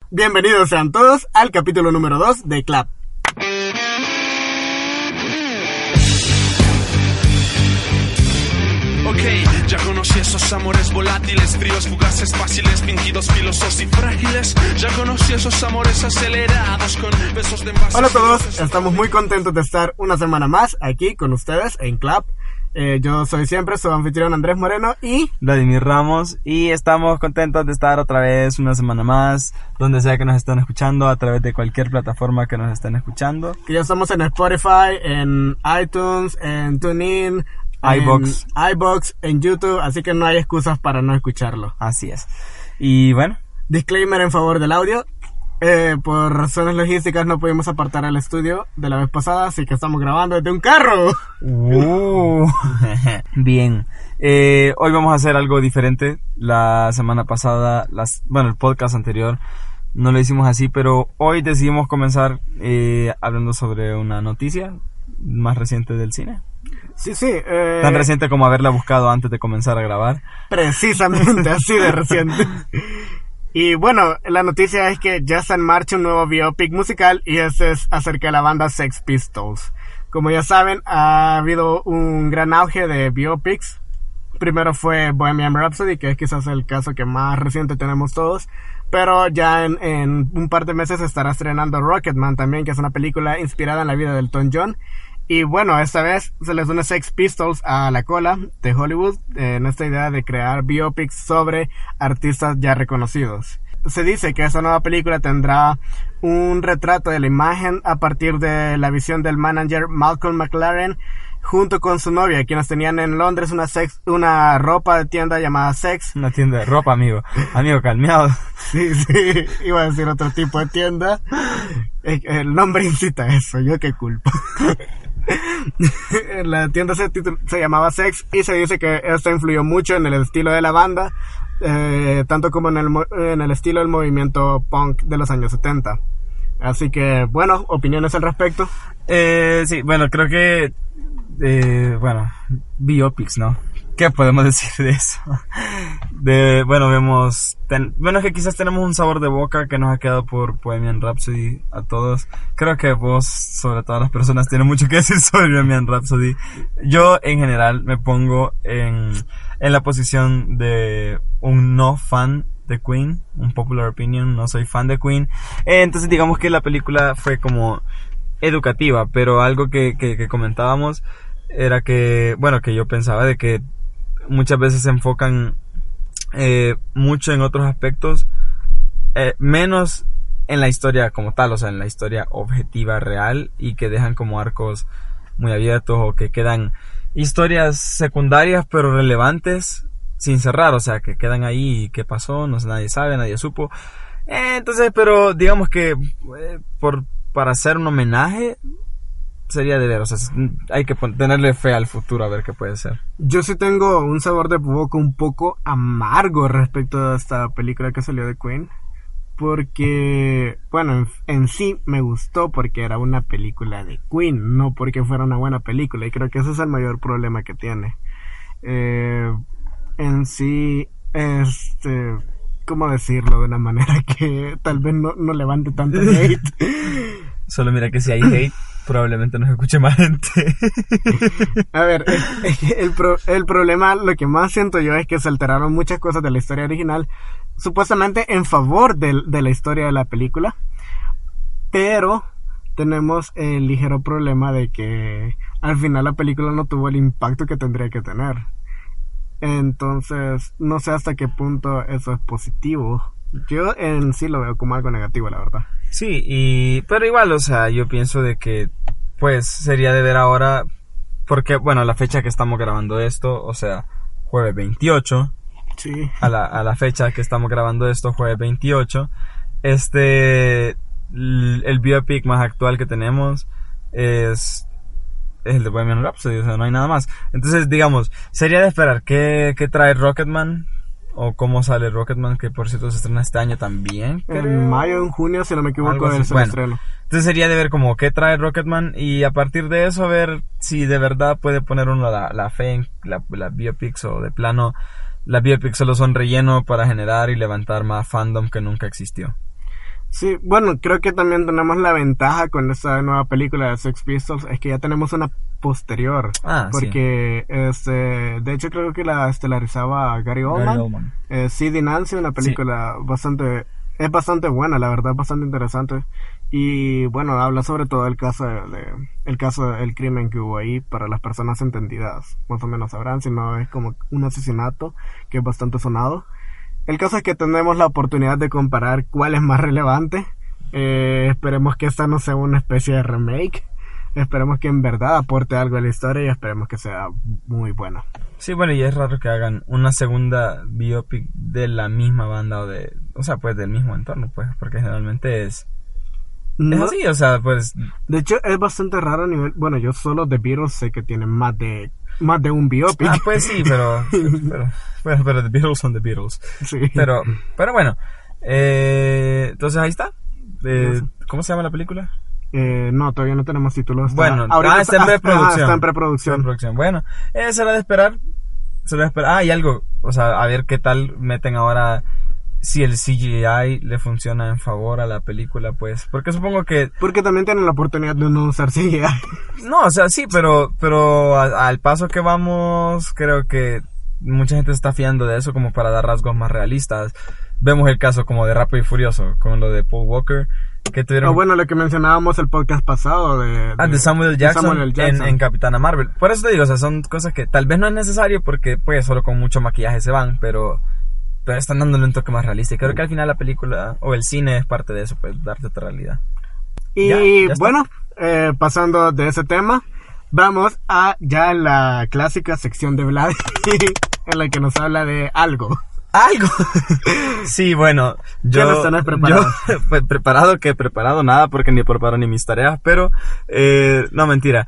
Bienvenidos sean todos al capítulo número 2 de Clap. Ok, ya conocí esos amores volátiles, fríos, fugaces, fáciles, fingidos, filosos y frágiles. Ya conocí esos amores acelerados con besos de envases. Hola a todos, estamos muy contentos de estar una semana más aquí con ustedes en Clap. Yo soy siempre su anfitrión Andrés Moreno y Vladimir Ramos, y estamos contentos de estar otra vez una semana más, donde sea que nos estén escuchando, a través de cualquier plataforma que nos estén escuchando. Que ya estamos en Spotify, en iTunes, en TuneIn, iVoox, en YouTube, así que no hay excusas para no escucharlo. Así es. Y bueno, disclaimer en favor del audio. Por razones logísticas no pudimos apartar el estudio de la vez pasada, así que estamos grabando desde un carro. Bien. Hoy vamos a hacer algo diferente. La semana pasada, el podcast anterior no lo hicimos así, pero hoy decidimos comenzar hablando sobre una noticia más reciente del cine. Sí. Tan reciente como haberla buscado antes de comenzar a grabar. Precisamente, así de reciente. Y bueno, la noticia es que ya está en marcha un nuevo biopic musical, y ese es acerca de la banda Sex Pistols. Como ya saben, ha habido un gran auge de biopics. Primero fue Bohemian Rhapsody, que es quizás el caso que más reciente tenemos todos. Pero ya en un par de meses estará estrenando Rocketman también, que es una película inspirada en la vida del Elton John. Y bueno, esta vez se les une Sex Pistols a la cola de Hollywood en esta idea de crear biopics sobre artistas ya reconocidos. Se dice que esta nueva película tendrá un retrato de la imagen a partir de la visión del manager Malcolm McLaren junto con su novia, quienes tenían en Londres una ropa de tienda llamada Sex. Una tienda de ropa, amigo calmeado. Sí, iba a decir otro tipo de tienda. El nombre incita a eso, yo qué culpa. La tienda se llamaba Sex, y se dice que esto influyó mucho en el estilo de la banda, tanto como en el estilo del movimiento punk de los años 70. Así que, bueno, opiniones al respecto. Sí, bueno, creo que biopics, ¿no? ¿Qué podemos decir de eso? Es que quizás tenemos un sabor de boca que nos ha quedado por Bohemian Rhapsody a todos. Creo que vos, sobre todas las personas, tiene mucho que decir sobre Bohemian Rhapsody. Yo, en general, me pongo en la posición de un no fan de Queen, un popular opinion, no soy fan de Queen. Entonces, digamos que la película fue como educativa, pero algo que comentábamos era que yo pensaba de que muchas veces se enfocan mucho en otros aspectos, menos en la historia como tal, o sea, en la historia objetiva real, y que dejan como arcos muy abiertos, o que quedan historias secundarias pero relevantes sin cerrar, o sea, que quedan ahí. ¿Qué pasó? No sé, nadie sabe, nadie supo. Entonces, pero digamos que para hacer un homenaje sería de ver, o sea, hay que tenerle fe al futuro a ver qué puede ser. Yo sí tengo un sabor de boca un poco amargo respecto a esta película que salió de Queen, porque, bueno, en sí me gustó porque era una película de Queen, no porque fuera una buena película, y creo que ese es el mayor problema que tiene. En sí, ¿cómo decirlo de una manera que tal vez no levante tanto hate? Solo mira que si hay hate, probablemente nos escuche más gente. A ver, el problema, lo que más siento yo, es que se alteraron muchas cosas de la historia original, supuestamente en favor de la historia de la película, pero tenemos el ligero problema de que al final la película no tuvo el impacto que tendría que tener. Entonces, no sé hasta qué punto eso es positivo. Yo en sí lo veo como algo negativo, la verdad. Sí, pero igual, o sea, yo pienso de que pues sería de ver ahora, porque bueno, la fecha que estamos grabando esto, o sea, jueves 28. Sí. A la fecha que estamos grabando esto, jueves 28, el biopic más actual que tenemos es el de Bohemian Rhapsody, o sea, no hay nada más. Entonces, digamos, sería de esperar qué trae Rocketman, o cómo sale Rocketman, que por cierto se estrena este año también. En mayo, en junio, si no me equivoco, es el estreno. Entonces sería de ver como qué trae Rocketman, y a partir de eso ver si de verdad puede poner uno la fe en la biopics, o de plano las biopics solo son relleno para generar y levantar más fandom que nunca existió. Sí, bueno, creo que también tenemos la ventaja con esta nueva película de Sex Pistols, es que ya tenemos una posterior. Porque, de hecho creo que la estelarizaba Gary Oldman. Sid y Nancy, una película es bastante buena, la verdad, bastante interesante. Y bueno, habla sobre todo el caso del crimen que hubo ahí, para las personas entendidas, más o menos sabrán, si no es como un asesinato que es bastante sonado. El caso es que tenemos la oportunidad de comparar cuál es más relevante. Esperemos que esta no sea una especie de remake. Esperemos que en verdad aporte algo a la historia y esperemos que sea muy buena. Sí, bueno, y es raro que hagan una segunda biopic de la misma banda pues del mismo entorno, pues, porque generalmente es así, o sea, pues... De hecho, es bastante raro a nivel... Bueno, yo solo de Beatles sé que tienen más de un biopic. Ah, pues sí, pero The Beatles son The Beatles. Sí. Pero bueno, entonces ahí está. ¿Cómo se llama la película? No, todavía no tenemos títulos. Bueno, está en preproducción. Está en preproducción. Bueno, será de esperar. Y algo, o sea, a ver qué tal meten ahora, si el CGI le funciona en favor a la película, pues, porque supongo que... Porque también tienen la oportunidad de no usar CGI. No, o sea, sí, pero al paso que vamos, creo que mucha gente se está fiando de eso como para dar rasgos más realistas. Vemos el caso como de Rápido y Furioso, con lo de Paul Walker, que tuvieron... bueno, lo que mencionábamos el podcast pasado de Samuel Jackson. En Capitana Marvel. Por eso te digo, o sea, son cosas que tal vez no es necesario porque pues solo con mucho maquillaje se van, pero están dándole un toque más realista. Y creo que al final la película o el cine es parte de eso, pues darte otra realidad. Y bueno, pasando de ese tema, vamos a ya la clásica sección de Vlad en la que nos habla de algo. ¿Algo? Sí, bueno, ¿Qué nos tenés preparado? Preparado nada, porque ni preparo ni mis tareas, pero no, mentira.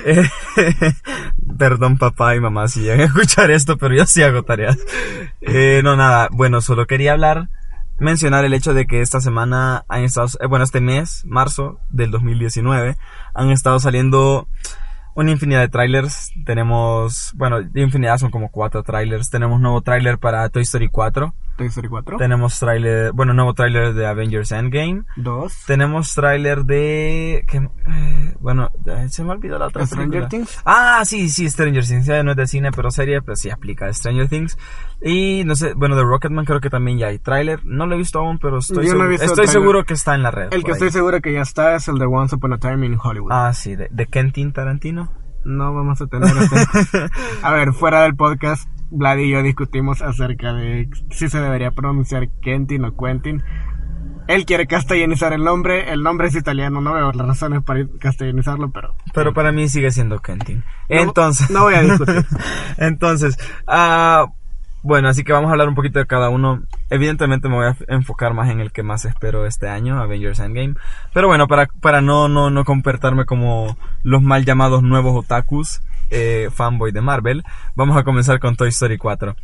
Perdón papá y mamá si llegan a escuchar esto, pero yo sí hago tareas. No, nada, bueno, solo quería mencionar el hecho de que esta semana han estado, este mes, marzo del 2019, han estado saliendo una infinidad de trailers. Tenemos, infinidad, son como 4 trailers. Tenemos nuevo trailer para Toy Story 4. Toy Story 4. Tenemos nuevo trailer de Avengers Endgame. 2. Tenemos trailer de... se me olvidó la otra Stranger película. Things. Ah, sí, Stranger Things. Ya no es de cine, pero serie, pues sí aplica Stranger Things. Y no sé, de Rocketman creo que también ya hay trailer. No lo he visto aún, pero estoy seguro que está en la red. El que estoy seguro que ya está es el de Once Upon a Time in Hollywood. Ah, sí, de Quentin Tarantino. No vamos a tener A ver, fuera del podcast, Vlad y yo discutimos acerca de si se debería pronunciar Quentin o Quentin. Él quiere castellanizar el nombre es italiano, no veo las razones para castellanizarlo, pero para mí sigue siendo Quentin. Entonces, no voy a discutir. Entonces, bueno, así que vamos a hablar un poquito de cada uno. Evidentemente me voy a enfocar más en el que más espero este año, Avengers Endgame. Pero bueno, para no comportarme como los mal llamados nuevos otakus, fanboy de Marvel, vamos a comenzar con Toy Story 4.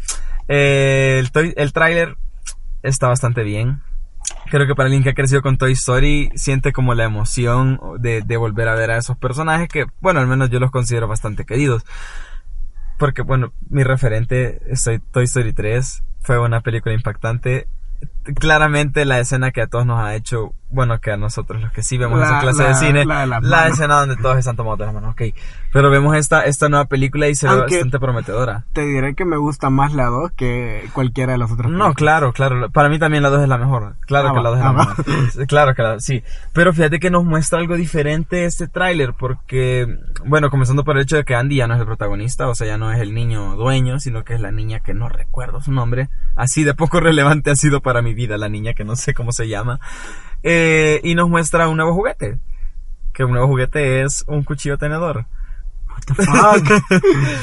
El tráiler está bastante bien. Creo que para alguien que ha crecido con Toy Story, siente como la emoción de volver a ver a esos personajes que, al menos yo los considero bastante queridos. Porque, mi referente es Toy Story 3. Fue una película impactante. Claramente la escena que a todos nos ha hecho, que a nosotros los que sí vemos esa clase de cine, la escena donde todos están tomados de las manos, ok. Pero vemos esta nueva película y se ve bastante prometedora. Te diré que me gusta más la 2 que cualquiera de las otras películas. No, claro. Para mí también la 2 es la mejor. Claro que la 2 es la mejor. Claro que sí. Pero fíjate que nos muestra algo diferente este tráiler, porque, comenzando por el hecho de que Andy ya no es el protagonista, o sea, ya no es el niño dueño, sino que es la niña que no recuerdo su nombre. Así de poco relevante ha sido para mi vida la niña que no sé cómo se llama. Y nos muestra un nuevo juguete. Que un nuevo juguete es un cuchillo tenedor. What the fuck?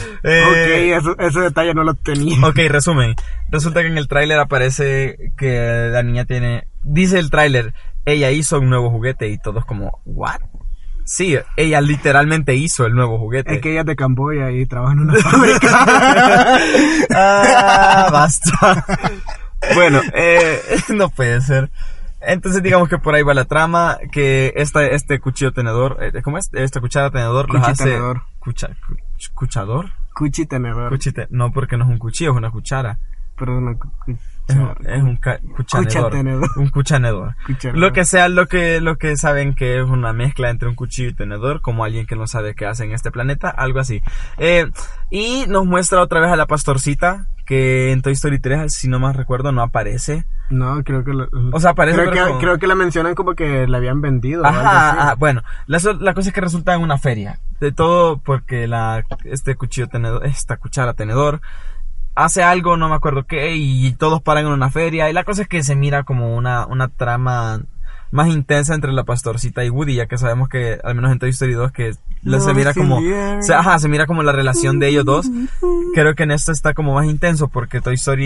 Ok, ese detalle no lo tenía. Ok, resumen. Resulta que en el tráiler aparece que la niña dice el tráiler, ella hizo un nuevo juguete y todos como, ¿what? Sí, ella literalmente hizo el nuevo juguete. Es que ella es de Camboya y trabaja en una fábrica. Basta. No puede ser. Entonces digamos que por ahí va la trama, que este cuchillo tenedor, ¿cómo es? Esta cuchara tenedor los hace... Tenedor. ¿Cuchador? Cuchi tenedor. No, porque no es un cuchillo, es una cuchara. Pero Es un cuchanedor. Un cuchanedor. Lo que sea, lo que saben que es una mezcla entre un cuchillo y tenedor, como alguien que no sabe qué hace en este planeta, algo así. Y nos muestra otra vez a la pastorcita, que en Toy Story 3, si no más recuerdo, no aparece. No, creo que o sea, aparece, creo que la mencionan como que la habían vendido. Ajá, bueno, la cosa es que resulta en una feria. De todo porque este cuchillo tenedor, esta cuchara tenedor, hace algo, no me acuerdo qué, y todos paran en una feria. Y la cosa es que se mira como una trama más intensa entre la pastorcita y Woody, ya que sabemos que, al menos en Toy Story 2, que se mira como... se mira como la relación de ellos dos. Creo que en esto está como más intenso, porque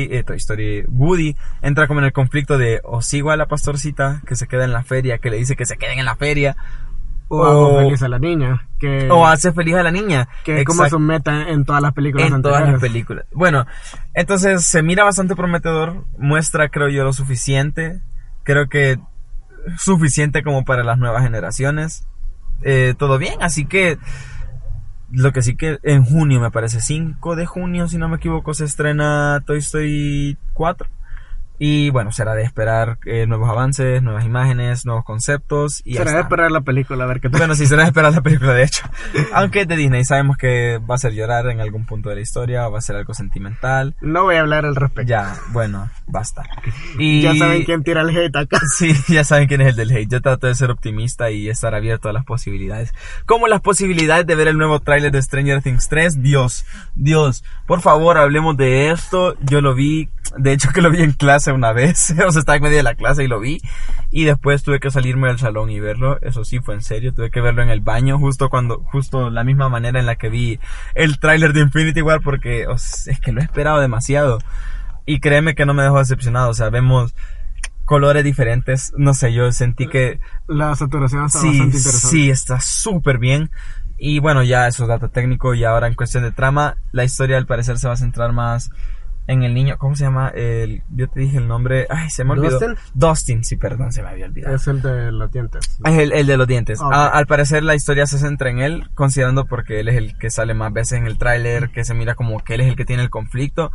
Woody entra como en el conflicto de o sigo a la pastorcita, que se queda en la feria, que le dice que se queden en la feria, o hago feliz a la niña. O hace feliz a la niña. Que es como su meta en todas las películas anteriores. En todas las películas. Bueno, entonces se mira bastante prometedor. Muestra, creo yo, lo suficiente. Creo que suficiente como para las nuevas generaciones. Todo bien, así que... Lo que sí que en junio, me parece 5 de junio, si no me equivoco, se estrena Toy Story 4. Y bueno, será de esperar nuevos avances, nuevas imágenes, nuevos conceptos. Y será de esperar la película, a ver qué tal. Bueno, sí, será de esperar la película, de hecho. Aunque de Disney sabemos que va a ser llorar en algún punto de la historia, o va a ser algo sentimental. No voy a hablar al respecto. Ya, bueno, basta. Y ya saben quién tira el hate acá. Sí, ya saben quién es el del hate. Yo trato de ser optimista y estar abierto a las posibilidades. Como las posibilidades de ver el nuevo tráiler de Stranger Things 3. Dios, por favor, hablemos de esto. Yo lo vi, de hecho que lo vi en clase una vez. O sea, estaba en medio de la clase y lo vi. Y después tuve que salirme del salón y verlo. Eso sí, fue en serio. Tuve que verlo en el baño, justo la misma manera en la que vi el tráiler de Infinity War, porque es que lo he esperado demasiado. Y créeme que no me dejó decepcionado. O sea, vemos colores diferentes. No sé, yo sentí que... La saturación está bastante interesante. Sí, está súper bien. Y bueno, ya eso es dato técnico. Y ahora en cuestión de trama, la historia al parecer se va a centrar más en el niño. ¿Cómo se llama? Yo te dije el nombre. Ay, se me olvidó. Dustin, sí, perdón, se me había olvidado. Es el de los dientes. Es el de los dientes. Okay. Al parecer la historia se centra en él, considerando porque él es el que sale más veces en el tráiler, que se mira como que él es el que tiene el conflicto.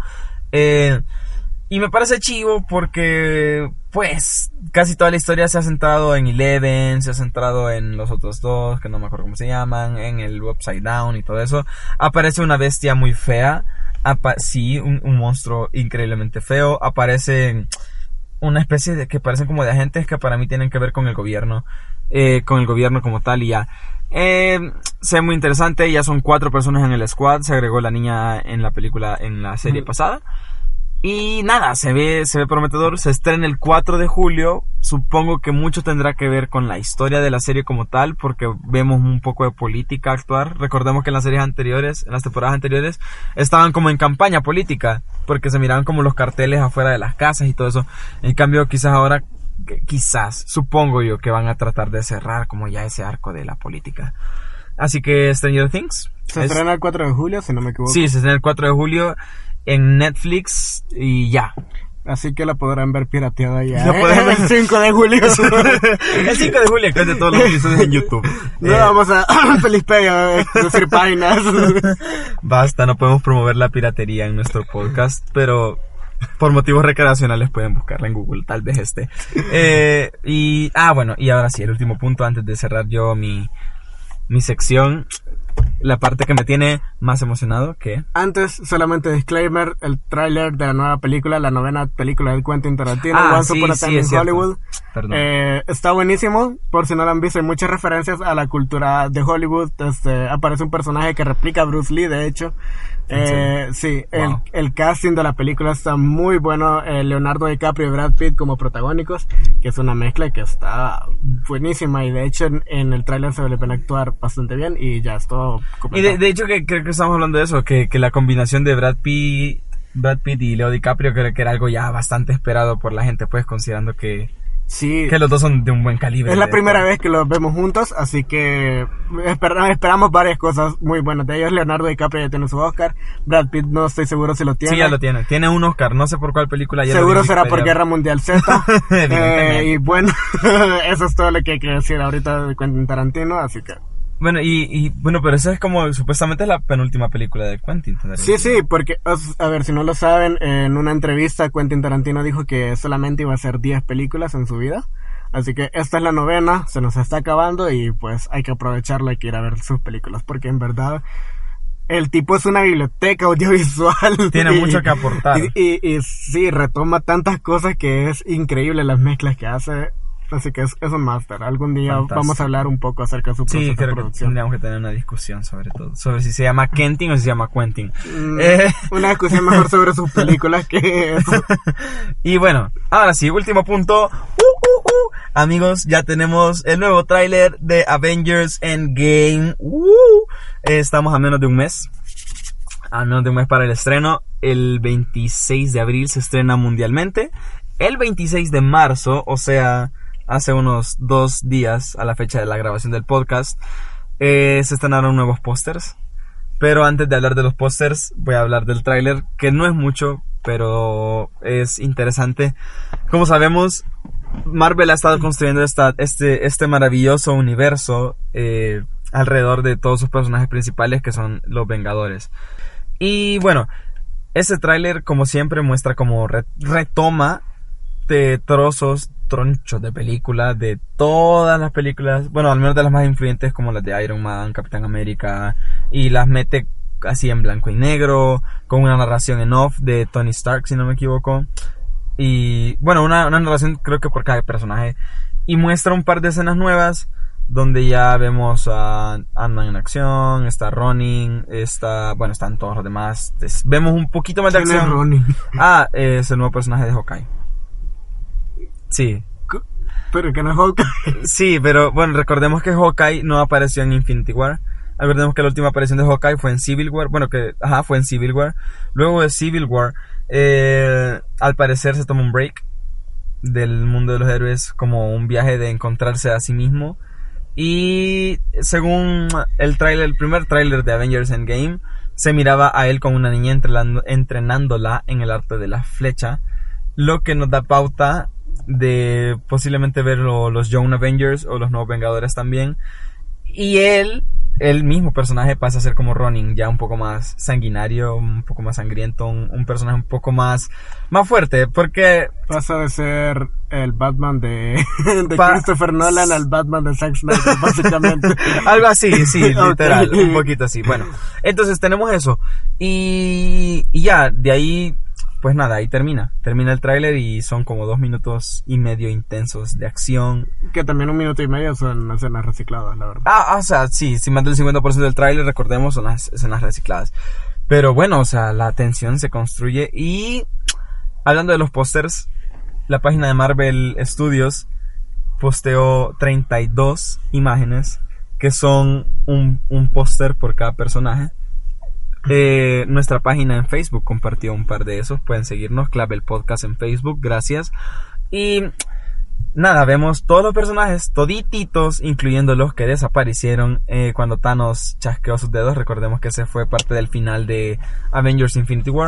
Y me parece chivo porque, pues, casi toda la historia se ha centrado en Eleven, se ha centrado en los otros dos, que no me acuerdo cómo se llaman, en el Upside Down y todo eso. Aparece una bestia muy fea. Sí, un monstruo increíblemente feo. Aparece una especie de que parecen como de agentes que para mí tienen que ver con el gobierno como tal, y ya. Se ve muy interesante. Ya son 4 personas en el squad. Se agregó la niña en la serie pasada. Y nada, se ve prometedor. Se estrena el 4 de julio. Supongo que mucho tendrá que ver con la historia de la serie como tal, porque vemos un poco de política actuar. Recordemos que en las temporadas anteriores, estaban como en campaña política, porque se miraban como los carteles afuera de las casas y todo eso. En cambio, supongo yo que van a tratar de cerrar como ya ese arco de la política. Así que Stranger Things se estrena el 4 de julio, si no me equivoco. Sí, se estrena el 4 de julio en Netflix y ya. Así que la podrán ver pirateada ya. El 5 de julio. El 5 de julio, que de todos los episodios en YouTube. No vamos a Felipedia decir páginas. Basta, no podemos promover la piratería en nuestro podcast, pero por motivos recreacionales pueden buscarla en Google, tal vez esté. Bueno, y ahora sí, el último punto antes de cerrar yo mi sección. La parte que me tiene más emocionado que... Antes, solamente disclaimer, el tráiler de la nueva película, la 9ª película de Quentin Tarantino, Once Upon a Time in Hollywood. Está buenísimo, por si no lo han visto, hay muchas referencias a la cultura de Hollywood. Aparece un personaje que replica a Bruce Lee, de hecho. Sí, wow. El casting de la película está muy bueno. Leonardo DiCaprio y Brad Pitt como protagónicos, que es una mezcla que está buenísima, y de hecho en el tráiler se le ven actuar bastante bien y ya es todo completado. Y de hecho que creo que estamos hablando de eso, que la combinación de Brad Pitt y Leo DiCaprio creo que era algo ya bastante esperado por la gente, pues, considerando que sí, que los dos son de un buen calibre. Es la primera vez que los vemos juntos, así que esperamos varias cosas muy buenas de ellos. Leonardo DiCaprio ya tiene su Oscar. Brad Pitt no estoy seguro si lo tiene. Sí, ya lo tiene. Tiene un Oscar, no sé por cuál película. Seguro será por Guerra Mundial Z. Y bueno, eso es todo lo que hay que decir ahorita de Quentin Tarantino, así que Bueno, bueno, pero esa es como, supuestamente es la penúltima película de Quentin Tarantino. Sí, porque, a ver, si no lo saben, en una entrevista Quentin Tarantino dijo que solamente iba a hacer 10 películas en su vida. Así que esta es la 9ª, se nos está acabando y pues hay que aprovecharla, hay que ir a ver sus películas, porque en verdad el tipo es una biblioteca audiovisual. Tiene mucho que aportar. Y sí, retoma tantas cosas que es increíble las mezclas que hace. Así que es un máster. Algún día Fantástico. Vamos a hablar un poco acerca de su proceso Sí, de creo que producción. tendríamos que tener una discusión sobre todo. Sobre si se llama Quentin o si se llama Quentin. Una discusión mejor sobre sus películas que eso. Y bueno, ahora sí, último punto. Amigos, ya tenemos el nuevo tráiler de Avengers Endgame. Estamos a menos de un mes. A menos de un mes para el estreno. El 26 de abril se estrena mundialmente. El 26 de marzo, o sea, hace unos 2 días a la fecha de la grabación del podcast, se estrenaron nuevos pósters. Pero antes de hablar de los pósters, voy a hablar del tráiler, que no es mucho, pero es interesante. Como sabemos, Marvel ha estado construyendo este maravilloso universo alrededor de todos sus personajes principales, que son los Vengadores. Y bueno, ese tráiler, como siempre, muestra como retoma de tronchos de películas, de todas las películas, bueno, al menos de las más influyentes, como las de Iron Man, Capitán América, y las mete así en blanco y negro, con una narración en off de Tony Stark, si no me equivoco. Y bueno, una narración creo que por cada personaje. Y muestra un par de escenas nuevas donde ya vemos a Ant-Man en acción, está Ronin, están todos los demás. Vemos un poquito más de ¿Quién es acción. Ronin? Es el nuevo personaje de Hawkeye. Sí. Pero que no es Hawkeye. Sí, pero bueno, recordemos que Hawkeye no apareció en Infinity War. Recordemos que la última aparición de Hawkeye fue en Civil War. Bueno, fue en Civil War. Luego de Civil War, al parecer se toma un break del mundo de los héroes, como un viaje de encontrarse a sí mismo. Y según el primer tráiler de Avengers Endgame, se miraba a él con una niña entrenándola en el arte de la flecha, lo que nos da pauta de posiblemente ver los Young Avengers o los Nuevos Vengadores también. Y el mismo personaje pasa a ser como Ronin, ya un poco más sanguinario, un poco más sangriento, un personaje un poco más fuerte, porque pasa de ser el Batman de Christopher Nolan al Batman de Zack Snyder, básicamente. Algo así, sí, literal, Okay. Un poquito así. Bueno, entonces tenemos eso. Y ya, de ahí, pues nada, ahí termina el tráiler y son como 2 minutos y medio intensos de acción. Que también 1 minuto y medio son escenas recicladas, la verdad. O sea, sí, más del 50% del tráiler, recordemos, son las escenas recicladas. Pero bueno, o sea, la tensión se construye. Y hablando de los pósters, la página de Marvel Studios posteó 32 imágenes, que son un póster por cada personaje. Nuestra página en Facebook compartió un par de esos. Pueden seguirnos, Clave el Podcast en Facebook, gracias. Y nada, vemos todos los personajes, todititos, incluyendo los que desaparecieron cuando Thanos chasqueó sus dedos. Recordemos que ese fue parte del final de Avengers Infinity War.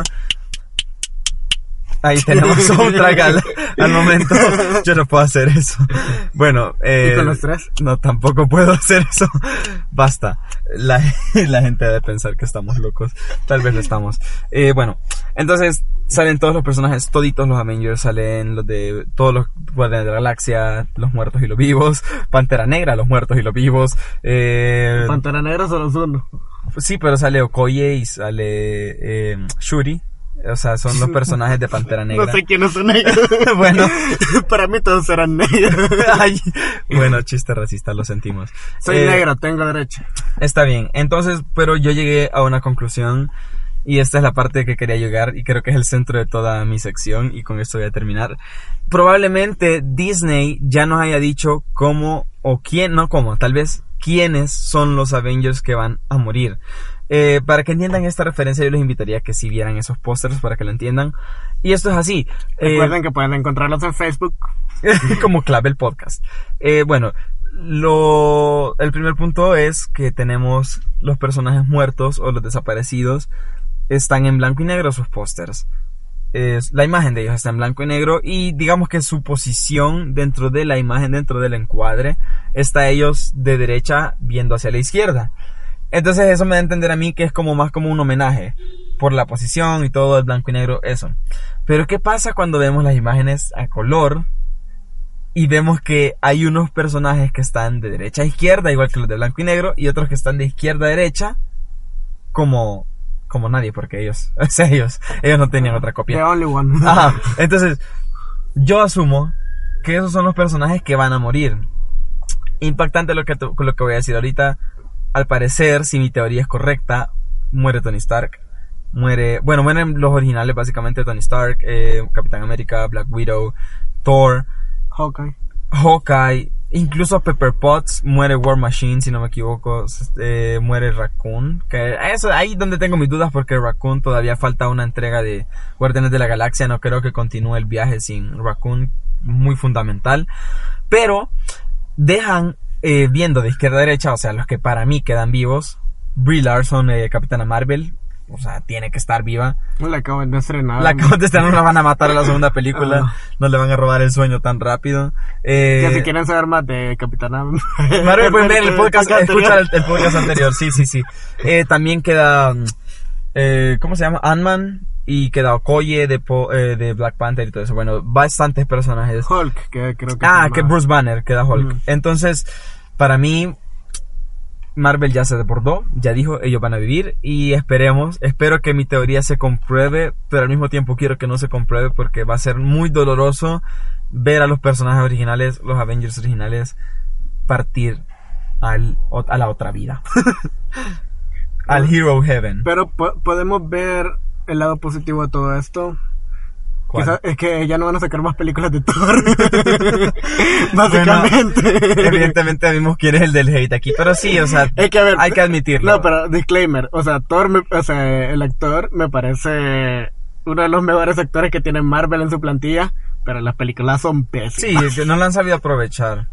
Ahí tenemos soundtrack al momento. Yo no puedo hacer eso. Bueno, ¿Y con los 3? No, tampoco puedo hacer eso. Basta. La gente debe pensar que estamos locos. Tal vez lo estamos. Bueno, entonces salen todos los personajes, toditos los Avengers. Salen los de todos los Guardianes de la Galaxia, los muertos y los vivos. Pantera Negra, los muertos y los vivos. Pantera Negra solo es uno. Sí, pero sale Okoye y sale Shuri. O sea, son los personajes de Pantera Negra. No sé quiénes son ellos. Bueno, para mí todos eran negros. Ay, bueno, chiste racista, lo sentimos. Soy negro, tengo derecho. Está bien, entonces, pero yo llegué a una conclusión. Y esta es la parte que quería llegar y creo que es el centro de toda mi sección. Y con esto voy a terminar. Probablemente Disney ya nos haya dicho cómo o quién, no cómo, tal vez quiénes son los Avengers que van a morir. Para que entiendan esta referencia, yo les invitaría a que si vieran esos pósters para que lo entiendan. Y esto es así. Recuerden que pueden encontrarlos en Facebook como Clave el Podcast. Bueno, el primer punto es que tenemos los personajes muertos o los desaparecidos. Están en blanco y negro sus pósters. la imagen de ellos está en blanco y negro y digamos que su posición dentro de la imagen, dentro del encuadre, está ellos de derecha viendo hacia la izquierda. Entonces eso me da a entender a mí que es como más como un homenaje por la posición y todo el blanco y negro, eso. Pero ¿qué pasa cuando vemos las imágenes a color y vemos que hay unos personajes que están de derecha a izquierda, igual que los de blanco y negro, y otros que están de izquierda a derecha, como nadie, porque ellos no tenían otra copia. The only one. Ajá. Entonces, yo asumo que esos son los personajes que van a morir. Impactante lo que voy a decir ahorita. Al parecer, si mi teoría es correcta, muere Tony Stark. Mueren los originales, básicamente, Tony Stark, Capitán América, Black Widow, Thor, Hawkeye, incluso Pepper Potts, muere War Machine, si no me equivoco, muere Raccoon, que eso ahí donde tengo mis dudas, porque Raccoon todavía falta una entrega de Guardianes de la Galaxia, no creo que continúe el viaje sin Raccoon, muy fundamental, pero dejan viendo de izquierda a derecha, o sea, los que para mí quedan vivos, Brie Larson, Capitana Marvel, o sea, tiene que estar viva. La acaban de estrenar. No la van a matar en la segunda película. No le van a robar el sueño tan rápido. Que si quieren saber más de Capitana Marvel, pueden ver el podcast, escuchar el podcast anterior. Sí. También queda, ¿cómo se llama? Ant-Man. Y queda Okoye de Black Panther y todo eso. Bueno, bastantes personajes. Hulk, que creo que... que Bruce Banner, queda Hulk. Entonces, para mí, Marvel ya se desbordó, ya dijo, ellos van a vivir y espero que mi teoría se compruebe, pero al mismo tiempo quiero que no se compruebe porque va a ser muy doloroso ver a los personajes originales, los Avengers originales, partir a la otra vida. Al Hero Heaven. Pero podemos ver el lado positivo de todo esto. Quizás es que ya no van a sacar más películas de Thor. Básicamente. Bueno, evidentemente vimos quién es el del hate aquí, pero sí, o sea, hay que admitirlo. No, pero disclaimer, o sea, el actor me parece uno de los mejores actores que tiene Marvel en su plantilla, pero las películas son pésimas. Sí, no la han sabido aprovechar.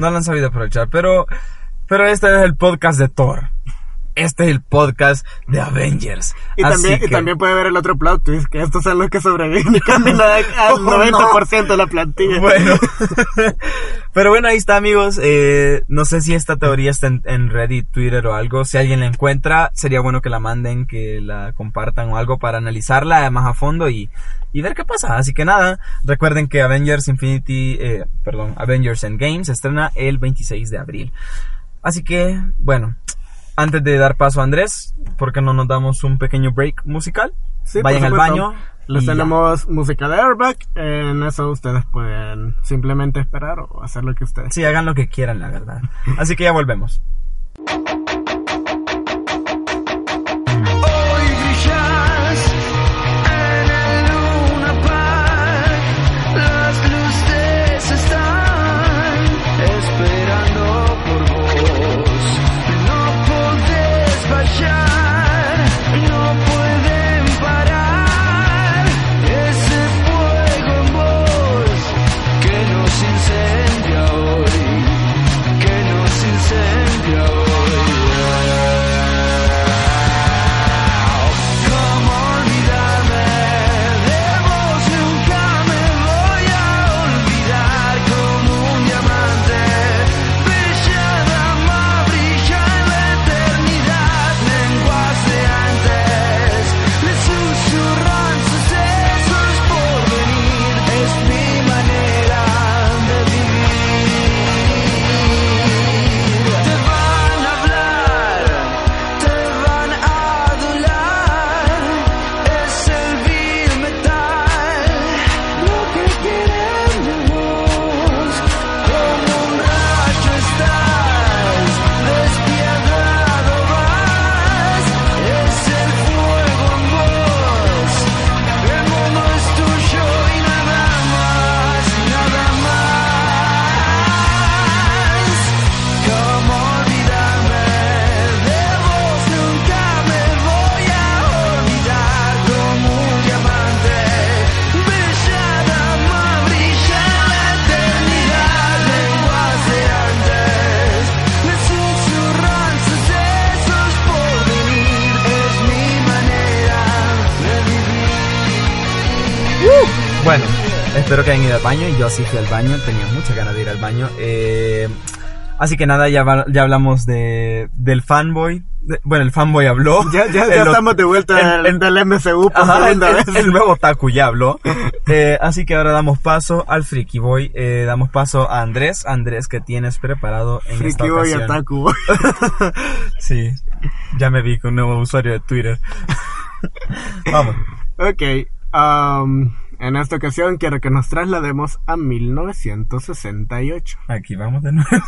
Pero este es el podcast de Thor. Este es el podcast de Avengers. Y también puede ver el otro plot twist, que estos son los que sobreviven y caminan al 90% de la plantilla. Bueno. Pero bueno, ahí está, amigos. No sé si esta teoría está en Reddit, Twitter o algo. Si alguien la encuentra, sería bueno que la manden, que la compartan o algo para analizarla más a fondo y ver qué pasa. Así que nada, recuerden que Avengers Endgame se estrena el 26 de abril. Así que, bueno, antes de dar paso a Andrés, ¿por qué no nos damos un pequeño break musical? Sí, vayan al baño. Les tenemos música de Airbag. En eso ustedes pueden simplemente esperar o hacer lo que ustedes. Sí, hagan lo que quieran, la verdad. Así que ya volvemos. Incendia hoy, que nos incendia Espero que hayan ido al baño. Yo sí fui al baño, tenía muchas ganas de ir al baño. Así que nada, ya hablamos del fanboy. Bueno, el fanboy habló. Ya estamos de vuelta del MCU por segunda vez. El nuevo otaku ya habló. Así que ahora damos paso al Freaky Boy. Damos paso a Andrés. Andrés, ¿qué tienes preparado en esta ocasión? Freaky Boy Otaku Boy. Sí, ya me vi con un nuevo usuario de Twitter. Vamos. Ok, en esta ocasión quiero que nos traslademos a 1968. Aquí vamos de nuevo.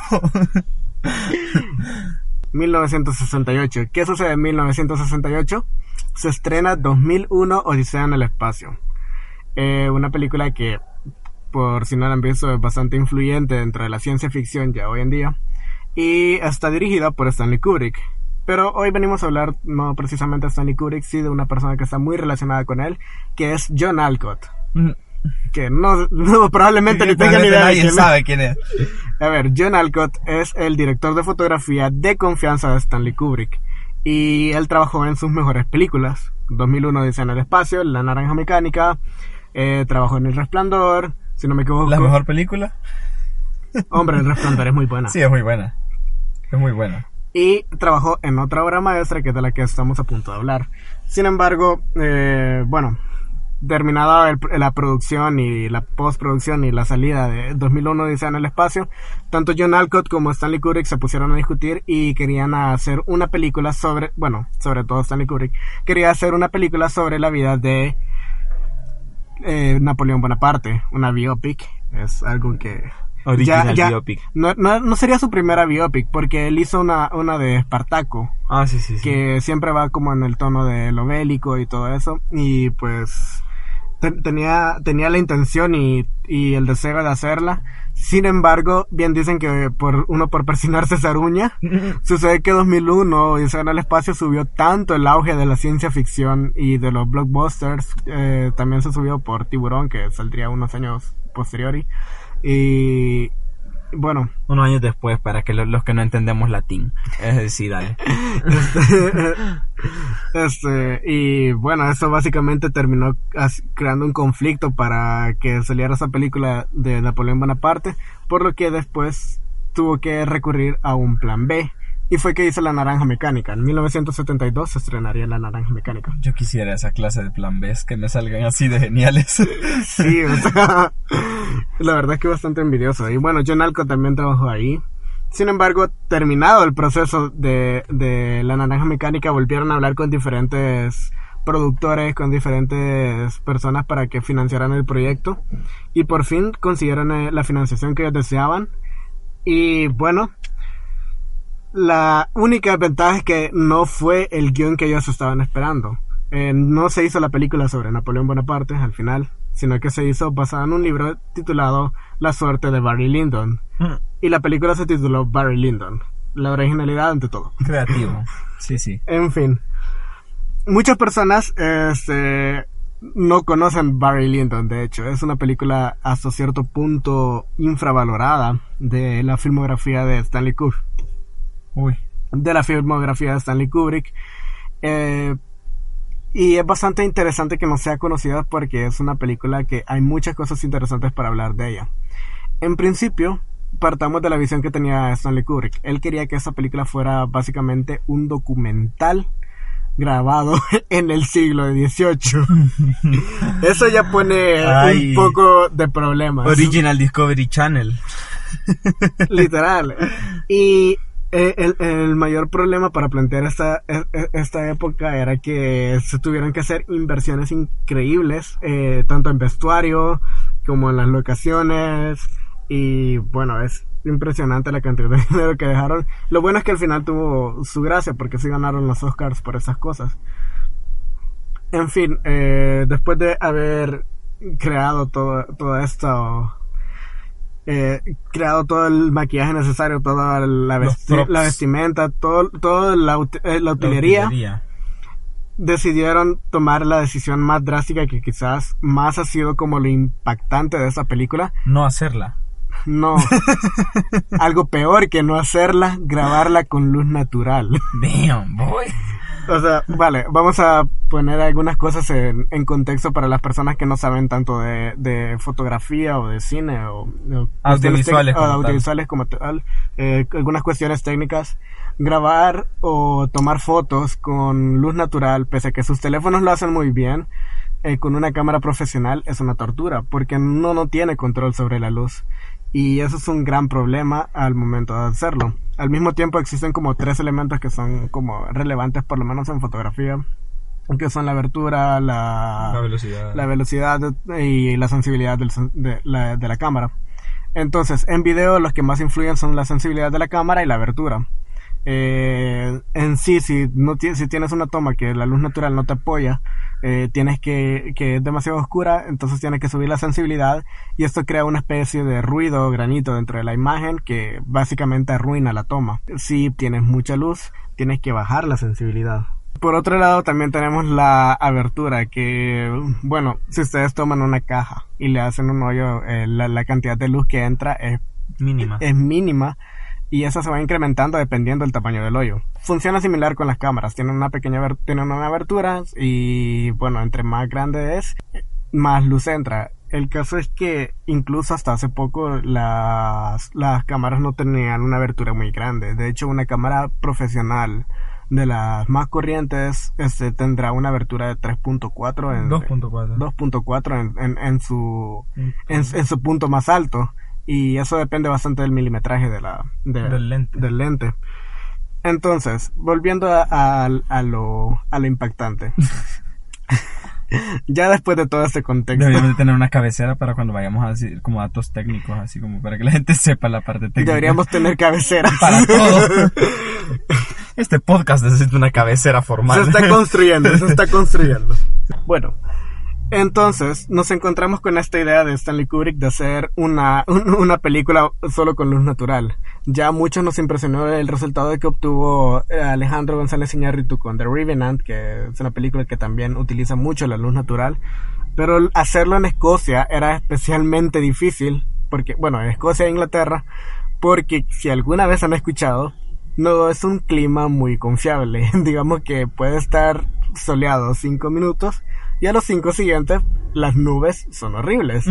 1968. ¿Qué sucede en 1968? Se estrena 2001 Odisea en el espacio. Una película que, por si no la han visto, es bastante influyente dentro de la ciencia ficción ya hoy en día. Y está dirigida por Stanley Kubrick. Pero hoy venimos a hablar no precisamente de Stanley Kubrick, sí de una persona que está muy relacionada con él, que es John Alcott. Que no probablemente ni tenga ni idea de quién sabe quién es. A ver, John Alcott es el director de fotografía de confianza de Stanley Kubrick. Y él trabajó en sus mejores películas. 2001 Odisea en el espacio, La Naranja Mecánica, trabajó en El Resplandor, si no me equivoco. ¿La mejor película? Hombre, El Resplandor es muy buena. Sí, es muy buena. Es muy buena. Y trabajó en otra obra maestra que es de la que estamos a punto de hablar. Sin embargo, terminada la producción y la postproducción y la salida de 2001 Odisea en el espacio, tanto John Alcott como Stanley Kubrick se pusieron a discutir y querían hacer una película sobre todo Stanley Kubrick, quería hacer una película sobre la vida de Napoleón Bonaparte, una biopic. Es algo que original biopic. No sería su primera biopic, porque él hizo una de Espartaco. Ah, sí. Que siempre va como en el tono de lo bélico y todo eso. Y pues tenía la intención y el deseo de hacerla. Sin embargo, bien dicen que por persinarse esa uña. Sucede que 2001 Odisea en el espacio subió tanto el auge de la ciencia ficción y de los blockbusters. También se subió por Tiburón, que saldría unos años posteriori. Y bueno, unos años después, para que los que no entendemos latín. Es decir, dale. Y bueno, eso básicamente terminó creando un conflicto para que saliera esa película de Napoleón Bonaparte, por lo que después tuvo que recurrir a un plan B. Y fue que hizo La Naranja Mecánica. En 1972 se estrenaría La Naranja Mecánica. Yo quisiera esa clase de plan B, que me salgan así de geniales. Sí, o sea, la verdad es que bastante envidioso. Y bueno, John Alcott también trabajó ahí. Sin embargo, terminado el proceso de La Naranja Mecánica, volvieron a hablar con diferentes productores, con diferentes personas para que financiaran el proyecto. Y por fin consiguieron la financiación que ellos deseaban. Y bueno, la única ventaja es que no fue el guión que ellos estaban esperando. No se hizo la película sobre Napoleón Bonaparte al final, sino que se hizo basada en un libro titulado La suerte de Barry Lyndon. Y la película se tituló Barry Lyndon. La originalidad ante todo. Creativo. Sí. En fin, muchas personas no conocen Barry Lyndon. De hecho, es una película hasta cierto punto infravalorada de la filmografía de Stanley Kubrick. De la filmografía de Stanley Kubrick. Y es bastante interesante que no sea conocida porque es una película que hay muchas cosas interesantes para hablar de ella. En principio, partamos de la visión que tenía Stanley Kubrick. Él quería que esa película fuera básicamente un documental grabado en el siglo XVIII. Eso ya pone un poco de problemas. Original Discovery Channel. Literal. Y el mayor problema para plantear esta época era que se tuvieron que hacer inversiones increíbles, tanto en vestuario como en las locaciones. Y bueno, es impresionante la cantidad de dinero que dejaron. Lo bueno es que al final tuvo su gracia, porque sí ganaron los Oscars por esas cosas. En fin, después de haber creado todo esto, creado todo el maquillaje necesario, toda la vestimenta, toda la utilería, decidieron tomar la decisión más drástica, que quizás más ha sido como lo impactante de esa película. No hacerla. No, algo peor que no hacerla, grabarla con luz natural. Damn, boy. O sea, vale, vamos a poner algunas cosas en contexto para las personas que no saben tanto de fotografía o de cine o audiovisuales como tal. Algunas cuestiones técnicas. Grabar o tomar fotos con luz natural, pese a que sus teléfonos lo hacen muy bien, con una cámara profesional es una tortura, porque uno no tiene control sobre la luz. Y eso es un gran problema al momento de hacerlo. Al mismo tiempo existen como 3 elementos que son como relevantes, por lo menos en fotografía, que son la abertura, la velocidad y la sensibilidad de la cámara. Entonces, en video los que más influyen son la sensibilidad de la cámara y la abertura. En sí, si tienes una toma que la luz natural no te apoya, tienes que es demasiado oscura, entonces tienes que subir la sensibilidad, y esto crea una especie de ruido o granito dentro de la imagen que básicamente arruina la toma. Si tienes mucha luz, tienes que bajar la sensibilidad. Por otro lado, también tenemos la abertura, que, bueno, si ustedes toman una caja y le hacen un hoyo, la cantidad de luz que entra es mínima. Y eso se va incrementando dependiendo del tamaño del hoyo. Funciona similar con las cámaras. Tienen una abertura y, bueno, entre más grande es, más luz entra. El caso es que incluso hasta hace poco las cámaras no tenían una abertura muy grande. De hecho, una cámara profesional de las más corrientes tendrá una abertura de 3.4 2.4 en su punto más alto. Y eso depende bastante del milimetraje del lente. Entonces, volviendo a lo impactante. Ya después de todo este contexto, deberíamos de tener una cabecera para cuando vayamos a decir como datos técnicos, así como para que la gente sepa la parte técnica. Deberíamos tener cabecera para todo. Este podcast necesita una cabecera formal. Se está construyendo. Bueno, entonces nos encontramos con esta idea de Stanley Kubrick de hacer una película solo con luz natural. Ya a muchos nos impresionó el resultado que obtuvo Alejandro González Iñárritu con The Revenant, que es una película que también utiliza mucho la luz natural. Pero hacerlo en Escocia era especialmente difícil, porque, bueno, en Escocia e Inglaterra, porque si alguna vez han escuchado, no es un clima muy confiable. Digamos que puede estar soleado 5 minutos y a los 5 siguientes las nubes son horribles.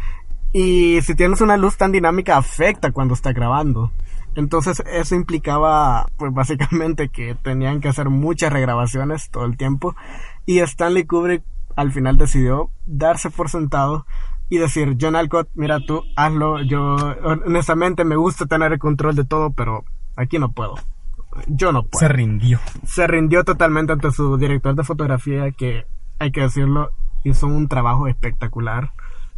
Y si tienes una luz tan dinámica, afecta cuando está grabando. Entonces eso implicaba, pues básicamente, que tenían que hacer muchas regrabaciones todo el tiempo. Y Stanley Kubrick al final decidió darse por sentado y decir: John Alcott, mira, tú hazlo. Yo honestamente me gusta tener el control de todo, pero aquí no puedo. Yo no puedo. Se rindió totalmente ante su director de fotografía, que, hay que decirlo, hizo un trabajo espectacular.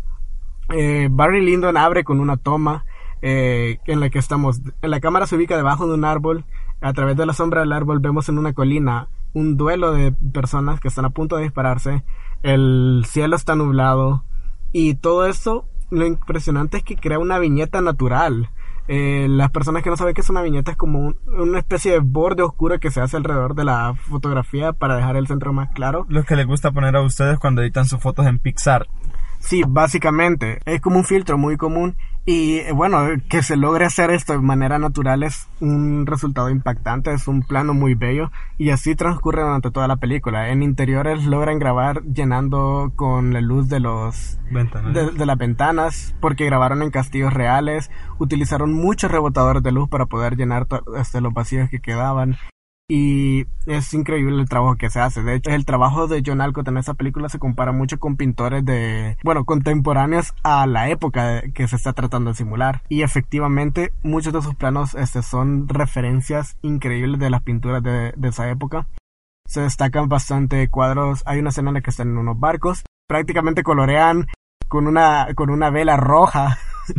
Barry Lyndon abre con una toma en la que la cámara se ubica debajo de un árbol. A través de la sombra del árbol vemos en una colina un duelo de personas que están a punto de dispararse. El cielo está nublado y todo eso, lo impresionante es que crea una viñeta natural. Las personas que no saben qué es una viñeta, es como una especie de borde oscuro que se hace alrededor de la fotografía para dejar el centro más claro. Los que les gusta poner a ustedes cuando editan sus fotos en Pixar. Sí, básicamente es como un filtro muy común, y bueno, que se logre hacer esto de manera natural es un resultado impactante, es un plano muy bello, y así transcurre durante toda la película. En interiores logran grabar llenando con la luz de las ventanas, porque grabaron en castillos reales, utilizaron muchos rebotadores de luz para poder llenar los vacíos que quedaban. Y es increíble el trabajo que se hace. De hecho, el trabajo de John Alcott en esa película se compara mucho con pintores contemporáneos a la época que se está tratando de simular. Y efectivamente, muchos de sus planos son referencias increíbles de las pinturas de esa época. Se destacan bastante cuadros. Hay una escena en la que están en unos barcos. Prácticamente colorean con una vela roja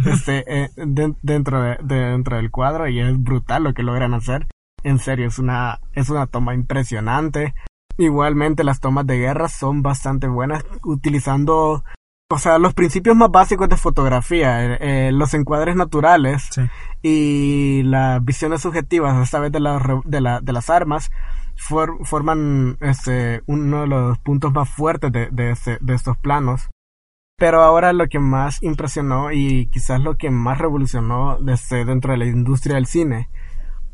dentro del cuadro, y es brutal lo que logran hacer. En serio, es una toma impresionante. Igualmente, las tomas de guerra son bastante buenas, utilizando, los principios más básicos de fotografía, los encuadres naturales, sí, y las visiones subjetivas, esta vez de las armas, forman uno de los puntos más fuertes de estos planos. Pero ahora lo que más impresionó y quizás lo que más revolucionó dentro de la industria del cine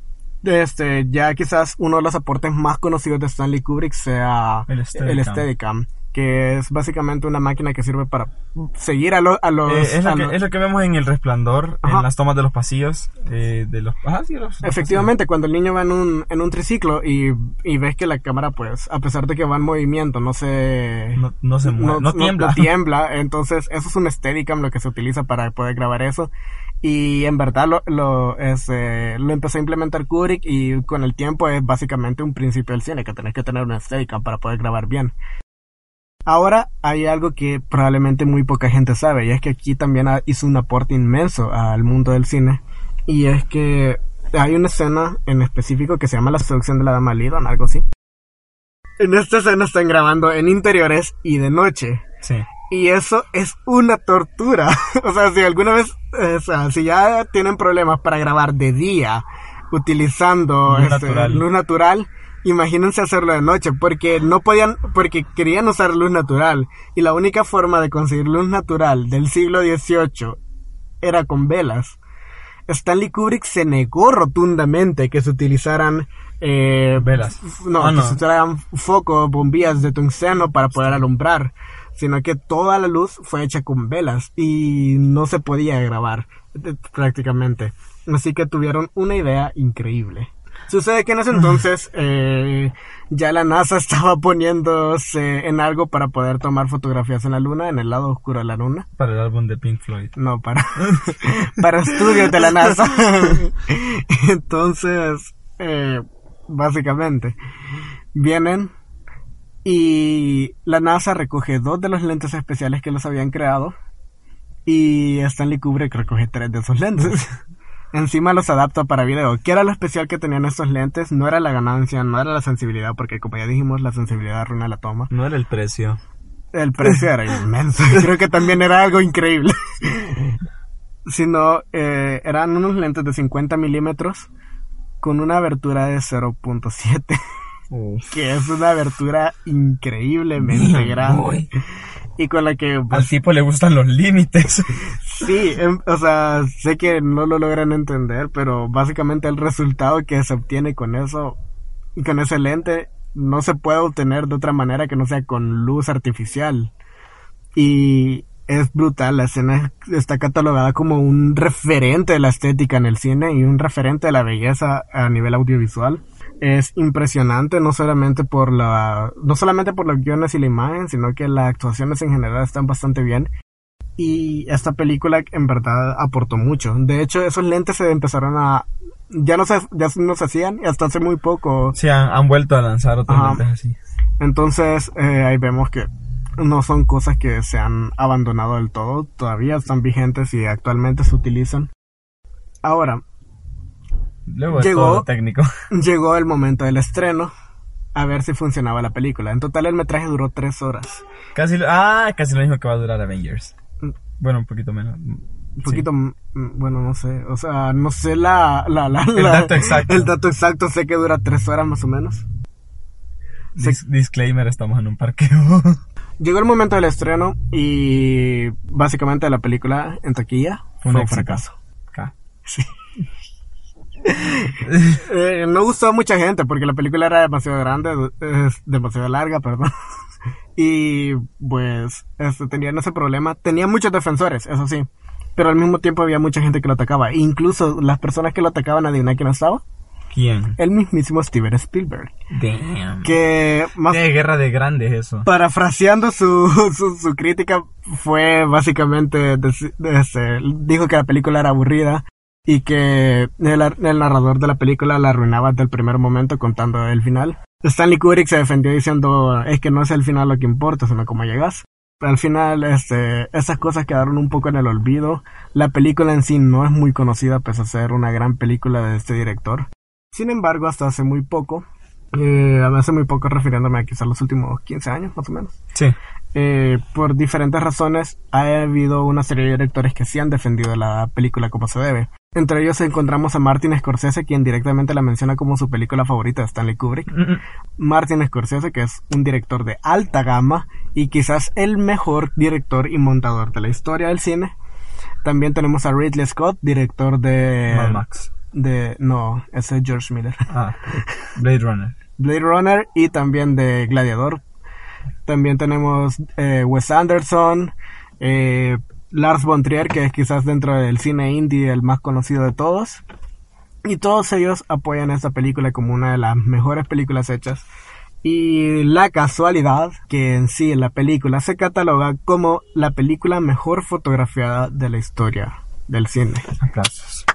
ya quizás uno de los aportes más conocidos de Stanley Kubrick sea El Steadicam. el Steadicam, que es básicamente una máquina que sirve para seguir a los... Es lo que vemos en El Resplandor, Ajá. en las tomas de los pasillos, Efectivamente, cuando el niño va en un triciclo y ves que la cámara, pues, a pesar de que va en movimiento, no se mueve, no tiembla. no tiembla. Entonces, eso es un Steadicam lo que se utiliza para poder grabar eso. Y en verdad lo empezó a implementar Kubrick, y con el tiempo es básicamente un principio del cine, que tenés que tener un Steadicam para poder grabar bien. Ahora hay algo que probablemente muy poca gente sabe, y es que aquí también hizo un aporte inmenso al mundo del cine, y es que hay una escena en específico que se llama La seducción de la dama Lydon, algo así. En esta escena están grabando en interiores y de noche. Sí. Y eso es una tortura. O sea, si alguna vez, si ya tienen problemas para grabar de día utilizando luz natural, imagínense hacerlo de noche, porque porque querían usar luz natural, y la única forma de conseguir luz natural del siglo XVIII era con velas. Stanley Kubrick se negó rotundamente que se utilizaran velas. Que se utilizaran focos, bombillas de tungsteno para poder alumbrar, sino que toda la luz fue hecha con velas y no se podía grabar prácticamente. Así que tuvieron una idea increíble. Sucede que en ese entonces ya la NASA estaba poniéndose en algo para poder tomar fotografías en la luna, en el lado oscuro de la luna. Para el álbum de Pink Floyd. No, para estudios de la NASA. Entonces, básicamente, vienen y la NASA recoge 2 de los lentes especiales que los habían creado, y Stanley Kubrick recoge 3 de esos lentes. Encima los adapta para video. ¿Qué era lo especial que tenían estos lentes? No era la ganancia, no era la sensibilidad, porque como ya dijimos, la sensibilidad arruina la toma. No era el precio. El precio era inmenso. Creo que también era algo increíble. Sino, eran unos lentes de 50 milímetros con una abertura de 0.7. Que es una abertura increíblemente grande. Y con la que... Al tipo le gustan los límites. Sí, o sea, sé que no lo logran entender, pero básicamente el resultado que se obtiene con eso, con ese lente, no se puede obtener de otra manera que no sea con luz artificial. Y es brutal, la escena está catalogada como un referente de la estética en el cine y un referente de la belleza a nivel audiovisual. Es impresionante, no solamente por los guiones y la imagen, sino que las actuaciones en general están bastante bien. Y esta película en verdad aportó mucho. De hecho, esos lentes se empezaron ya no se hacían, y hasta hace muy poco. Sí, han vuelto a lanzar otros lentes así. Entonces, ahí vemos que no son cosas que se han abandonado del todo. Todavía están vigentes y actualmente se utilizan. Ahora, luego es todo técnico. Llegó el momento del estreno, a ver si funcionaba la película. En total el metraje duró 3 horas. Casi lo mismo que va a durar Avengers. Bueno, un poquito menos. Un poquito, bueno, no sé. O sea, no sé el dato exacto. El dato exacto, sé que dura 3 horas más o menos. Disclaimer, estamos en un parqueo. Llegó el momento del estreno y básicamente la película en taquilla fue un fracaso. Sí. No gustó a mucha gente porque la película era demasiado grande, demasiado larga, perdón. Y pues tenían ese problema. Tenía muchos defensores, eso sí, pero al mismo tiempo había mucha gente que lo atacaba. Incluso las personas que lo atacaban, adivina quién estaba. ¿Quién? El mismísimo Steven Spielberg. Damn. Que más de guerra de grandes eso. Parafraseando su crítica, fue básicamente dijo que la película era aburrida y que el narrador de la película la arruinaba desde el primer momento contando el final. Stanley Kubrick se defendió diciendo, es que no es el final lo que importa, sino cómo llegas. Al final, esas cosas quedaron un poco en el olvido. La película en sí no es muy conocida, pese a ser una gran película de este director. Sin embargo, hasta hace muy poco, refiriéndome a quizás los últimos 15 años, más o menos. Sí. Por diferentes razones, ha habido una serie de directores que sí han defendido la película como se debe. Entre ellos encontramos a Martin Scorsese, quien directamente la menciona como su película favorita de Stanley Kubrick. Martin Scorsese, que es un director de alta gama y quizás el mejor director y montador de la historia del cine. También tenemos a Ridley Scott, director de Mad Max. No, ese es George Miller. Blade Runner. Blade Runner y también de Gladiador. También tenemos Wes Anderson, Lars von Trier, que es quizás dentro del cine indie el más conocido de todos. Y todos ellos apoyan esta película como una de las mejores películas hechas. Y la casualidad que en sí la película se cataloga como la película mejor fotografiada de la historia del cine. Aplausos.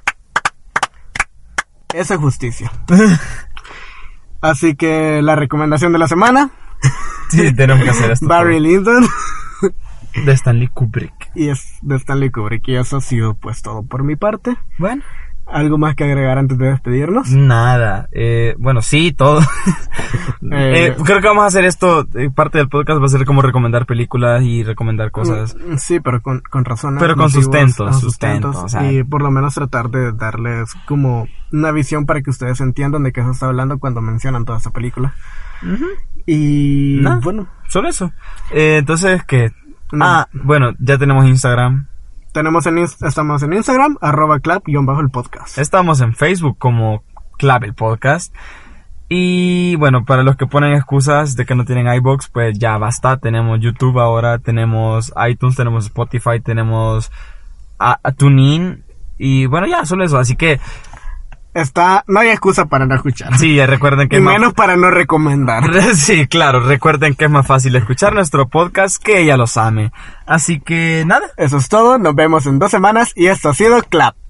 Esa es justicia. Así que la recomendación de la semana. Sí, tenemos que hacer esto. Barry Lyndon. De Stanley Kubrick. Y es de Stanley Kubrick. Y eso ha sido pues todo por mi parte. Bueno. ¿Algo más que agregar antes de despedirnos? Nada. Bueno, sí, todo. Creo que vamos a hacer esto. Parte del podcast va a ser como recomendar películas y recomendar cosas. Sí, pero con razones. Pero con motivos, sustento. O sea, y por lo menos tratar de darles como una visión para que ustedes entiendan de qué se está hablando cuando mencionan toda esta película. Y bueno. Solo eso. Entonces, ¿qué? Bueno, ya tenemos Instagram. Estamos en Instagram, @clap_el-podcast. Estamos en Facebook como Clap el Podcast. Y bueno, para los que ponen excusas de que no tienen iVoox, pues ya basta. Tenemos YouTube ahora, tenemos iTunes, tenemos Spotify, tenemos TuneIn. Y bueno, ya, solo eso. Así que no hay excusa para no escuchar. sí, recuerden que y menos para no recomendar. Sí, claro, recuerden que es más fácil escuchar nuestro podcast que ella los ame. Así que nada. Eso es todo, nos vemos en 2 semanas y esto ha sido Clap.